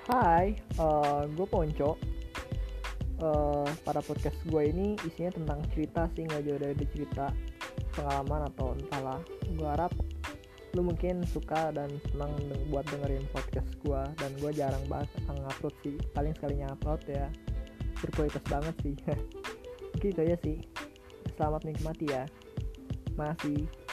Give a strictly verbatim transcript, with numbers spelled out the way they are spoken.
Hai, uh, gue Ponco. Uh, pada podcast gue ini isinya tentang cerita sih, nggak jauh dari cerita pengalaman atau entahlah. Gue harap lu mungkin suka dan senang deng- buat dengerin podcast gue. Dan gue jarang banget ngupload sih, paling sekalinya upload ya berkualitas banget sih. Mungkin itu aja sih. Selamat menikmati ya. Masih.